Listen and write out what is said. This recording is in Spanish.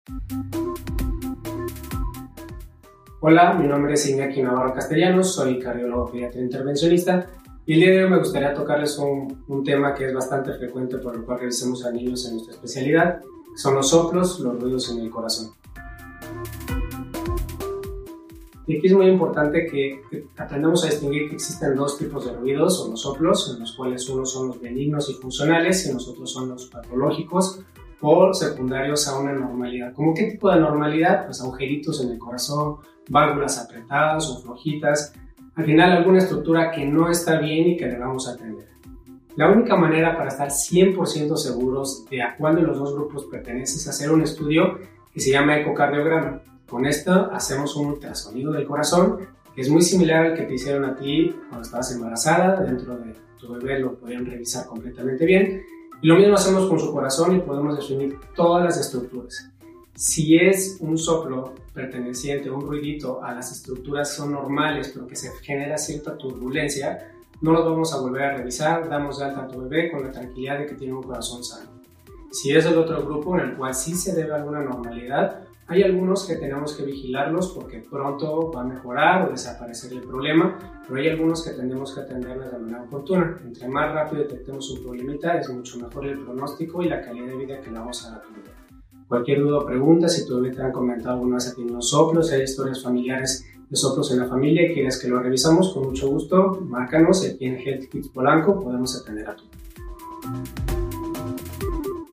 Hola, mi nombre es Iñaki Navarro Castellanos, soy cardiólogo pediatra intervencionista y el día de hoy me gustaría tocarles un tema que es bastante frecuente por el cual revisamos a niños en nuestra especialidad, que son los soplos, los ruidos en el corazón. Y aquí es muy importante que aprendamos a distinguir que existen dos tipos de ruidos o los soplos, en los cuales unos son los benignos y funcionales y los otros son los patológicos o secundarios a una normalidad. ¿Cómo qué tipo de normalidad? Pues agujeritos en el corazón, válvulas apretadas o flojitas, al final alguna estructura que no está bien y que debamos atender. La única manera para estar 100% seguros de a cuál de los dos grupos pertenece es hacer un estudio que se llama ecocardiograma. Con esto hacemos un ultrasonido del corazón, que es muy similar al que te hicieron a ti cuando estabas embarazada. Dentro de tu bebé lo podían revisar completamente bien. Y lo mismo hacemos con su corazón y podemos definir todas las estructuras. Si es un soplo perteneciente, un ruidito a las estructuras son normales, pero que se genera cierta turbulencia, no los vamos a volver a revisar, damos de alta a tu bebé con la tranquilidad de que tiene un corazón sano. Si es el otro grupo en el cual sí se debe alguna normalidad, hay algunos que tenemos que vigilarlos porque pronto va a mejorar o desaparecer el problema, pero hay algunos que tenemos que atenderlos de manera oportuna. Entre más rápido detectemos un problemita, es mucho mejor el pronóstico y la calidad de vida que le vamos a dar a tu bebé. Cualquier duda o pregunta, si tu bebé te han comentado alguna vez aquí unos soplos, si hay historias familiares de soplos en la familia y quieres que lo revisamos, con mucho gusto, márcanos aquí en Health Kids Polanco, podemos atender a tu bebé.